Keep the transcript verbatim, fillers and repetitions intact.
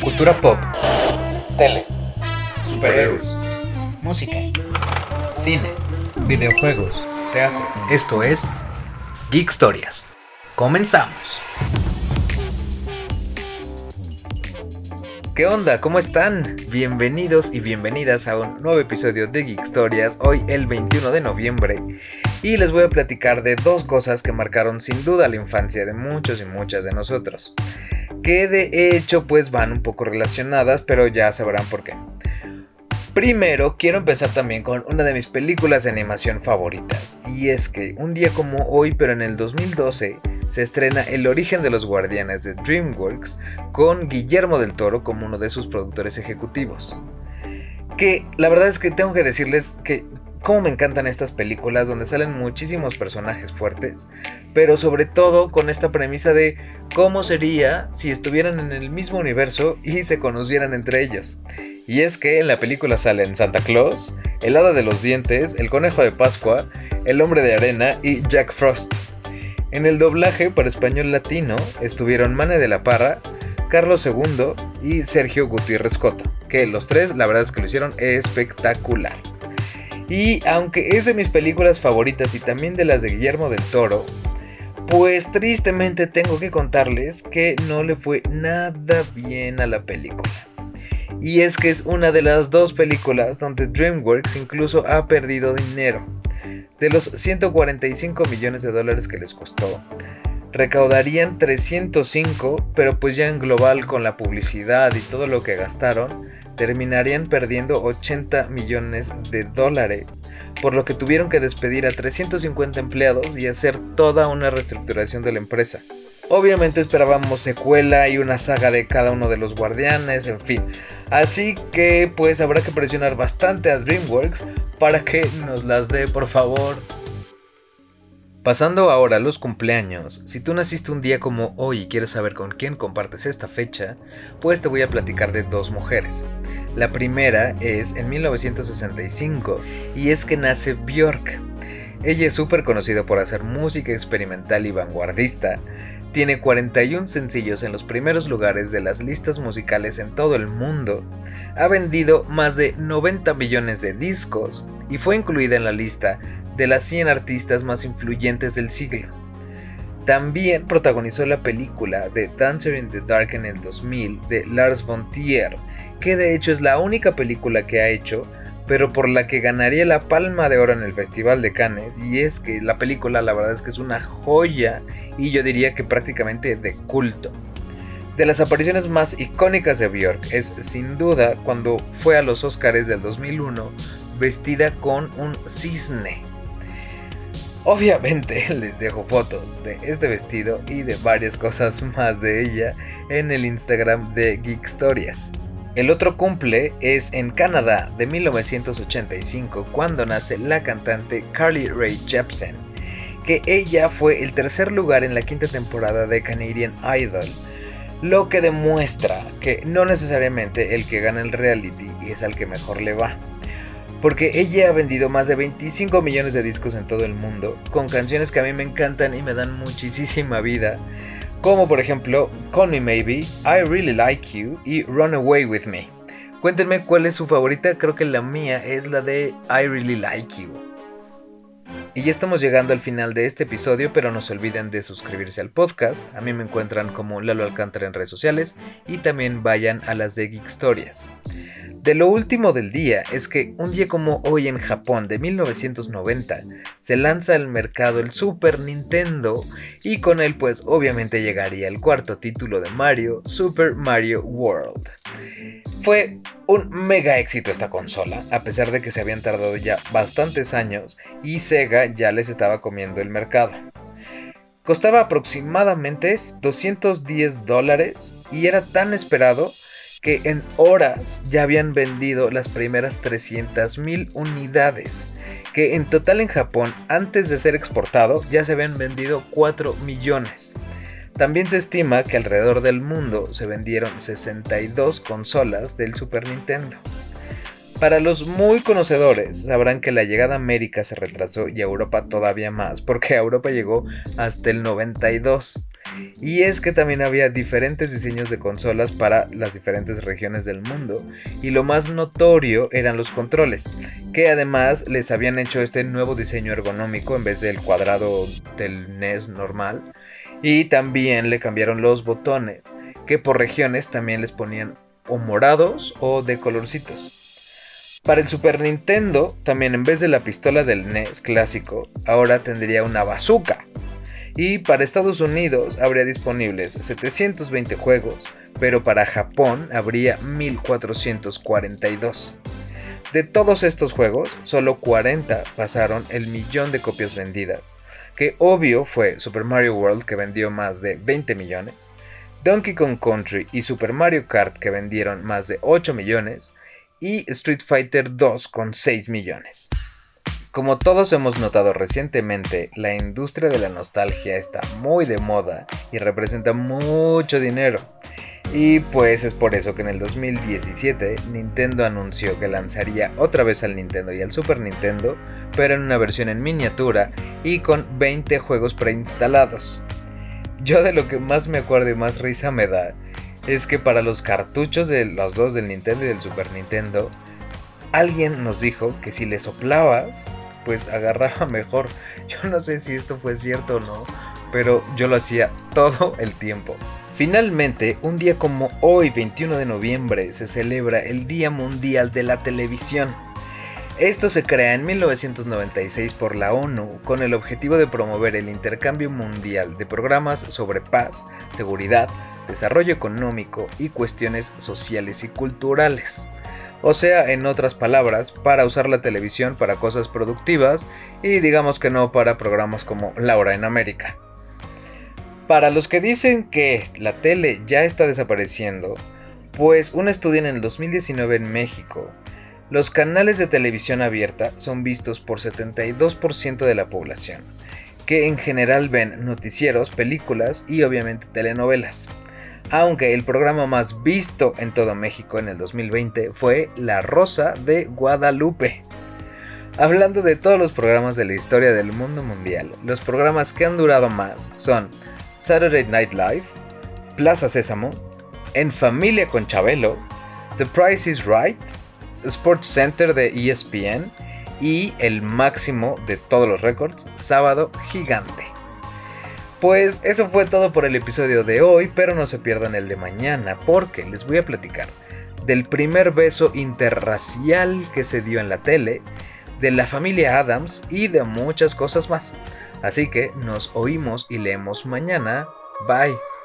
Cultura pop, Tele, superhéroes, música, cine, videojuegos, teatro. Esto es Geek Historias. Comenzamos. ¿Qué onda? ¿Cómo están? Bienvenidos y bienvenidas a un nuevo episodio de Geek Historias, hoy el veintiuno de noviembre, y les voy a platicar de dos cosas que marcaron sin duda la infancia de muchos y muchas de nosotros, que de hecho pues van un poco relacionadas, pero ya sabrán por qué. Primero, quiero empezar también con una de mis películas de animación favoritas, y es que un día como hoy, pero en el dos mil doce, se estrena El origen de los guardianes de DreamWorks con Guillermo del Toro como uno de sus productores ejecutivos. Que la verdad es que tengo que decirles que cómo me encantan estas películas donde salen muchísimos personajes fuertes, pero sobre todo con esta premisa de cómo sería si estuvieran en el mismo universo y se conocieran entre ellos. Y es que en la película salen Santa Claus, el Hada de los Dientes, el Conejo de Pascua, el Hombre de Arena y Jack Frost. En el doblaje para español latino estuvieron Mane de la Parra, Carlos segundo y Sergio Gutiérrez Coto, que los tres la verdad es que lo hicieron espectacular. Y aunque es de mis películas favoritas y también de las de Guillermo del Toro, pues tristemente tengo que contarles que no le fue nada bien a la película. Y es que es una de las dos películas donde DreamWorks incluso ha perdido dinero. De los ciento cuarenta y cinco millones de dólares que les costó, recaudarían trescientos cinco, pero pues ya en global con la publicidad y todo lo que gastaron, terminarían perdiendo ochenta millones de dólares, por lo que tuvieron que despedir a trescientos cincuenta empleados y hacer toda una reestructuración de la empresa. Obviamente esperábamos secuela y una saga de cada uno de los guardianes, en fin. Así que pues habrá que presionar bastante a DreamWorks para que nos las dé, por favor. Pasando ahora a los cumpleaños, si tú naciste un día como hoy y quieres saber con quién compartes esta fecha, pues te voy a platicar de dos mujeres. La primera es en mil novecientos sesenta y cinco y es que nace Björk. Ella es súper conocida por hacer música experimental y vanguardista. Tiene cuarenta y un sencillos en los primeros lugares de las listas musicales en todo el mundo. Ha vendido más de noventa millones de discos y fue incluida en la lista de las cien artistas más influyentes del siglo. También protagonizó la película The Dancer in the Dark en el dos mil de Lars von Trier, que de hecho es la única película que ha hecho, pero por la que ganaría la Palma de Oro en el Festival de Cannes, y es que la película la verdad es que es una joya y yo diría que prácticamente de culto. De las apariciones más icónicas de Björk es sin duda cuando fue a los Óscares del dos mil uno vestida con un cisne. Obviamente les dejo fotos de este vestido y de varias cosas más de ella en el Instagram de Geek Historias. El otro cumple es en Canadá de mil novecientos ochenta y cinco, cuando nace la cantante Carly Rae Jepsen, que ella fue el tercer lugar en la quinta temporada de Canadian Idol, lo que demuestra que no necesariamente el que gana el reality es al que mejor le va, porque ella ha vendido más de veinticinco millones de discos en todo el mundo, con canciones que a mí me encantan y me dan muchísima vida, como por ejemplo Call Me Maybe, I Really Like You y Run Away With Me. Cuéntenme cuál es su favorita, creo que la mía es la de I Really Like You. Y ya estamos llegando al final de este episodio, pero no se olviden de suscribirse al podcast. A mí me encuentran como Lalo Alcántara en redes sociales y también vayan a las de Geek Historias. De lo último del día es que un día como hoy en Japón de mil novecientos noventa se lanza al mercado el Super Nintendo y con él pues obviamente llegaría el cuarto título de Mario, Super Mario World. Fue un mega éxito esta consola, a pesar de que se habían tardado ya bastantes años y Sega ya les estaba comiendo el mercado. Costaba aproximadamente doscientos diez dólares y era tan esperado que en horas ya habían vendido las primeras trescientas mil unidades, que en total en Japón, antes de ser exportado, ya se habían vendido cuatro millones. También se estima que alrededor del mundo se vendieron sesenta y dos consolas del Super Nintendo. Para los muy conocedores sabrán que la llegada a América se retrasó y a Europa todavía más, porque a Europa llegó hasta el noventa y dos. Y es que también había diferentes diseños de consolas para las diferentes regiones del mundo, y lo más notorio eran los controles, que además les habían hecho este nuevo diseño ergonómico en vez del cuadrado del N E S normal, y también le cambiaron los botones, que por regiones también les ponían o morados o de colorcitos. Para el Super Nintendo, también en vez de la pistola del N E S clásico, ahora tendría una bazooka. Y para Estados Unidos habría disponibles setecientos veinte juegos, pero para Japón habría mil cuatrocientos cuarenta y dos. De todos estos juegos, solo cuarenta pasaron el millón de copias vendidas, que obvio fue Super Mario World, que vendió más de veinte millones, Donkey Kong Country y Super Mario Kart, que vendieron más de ocho millones, y Street Fighter dos con seis millones. Como todos hemos notado recientemente, la industria de la nostalgia está muy de moda y representa mucho dinero. Y pues es por eso que en el dos mil diecisiete Nintendo anunció que lanzaría otra vez al Nintendo y al Super Nintendo, pero en una versión en miniatura y con veinte juegos preinstalados. Yo de lo que más me acuerdo y más risa me da es que para los cartuchos de los dos, del Nintendo y del Super Nintendo, alguien nos dijo que si le soplabas, pues agarraba mejor. Yo no sé si esto fue cierto o no, pero yo lo hacía todo el tiempo. Finalmente, un día como hoy, veintiuno de noviembre, se celebra el Día Mundial de la Televisión. Esto se crea en mil novecientos noventa y seis por la ONU con el objetivo de promover el intercambio mundial de programas sobre paz, seguridad, desarrollo económico y cuestiones sociales y culturales. O sea, en otras palabras, para usar la televisión para cosas productivas y digamos que no para programas como Laura en América. Para los que dicen que la tele ya está desapareciendo, pues un estudio en el dos mil diecinueve en México, los canales de televisión abierta son vistos por setenta y dos por ciento de la población, que en general ven noticieros, películas y obviamente telenovelas. Aunque el programa más visto en todo México en el dos mil veinte fue La Rosa de Guadalupe. Hablando de todos los programas de la historia del mundo mundial, los programas que han durado más son Saturday Night Live, Plaza Sésamo, En Familia con Chabelo, The Price is Right, Sports Center de E S P N y el máximo de todos los récords, Sábado Gigante. Pues eso fue todo por el episodio de hoy, pero no se pierdan el de mañana porque les voy a platicar del primer beso interracial que se dio en la tele, de la familia Addams y de muchas cosas más. Así que nos oímos y leemos mañana. Bye.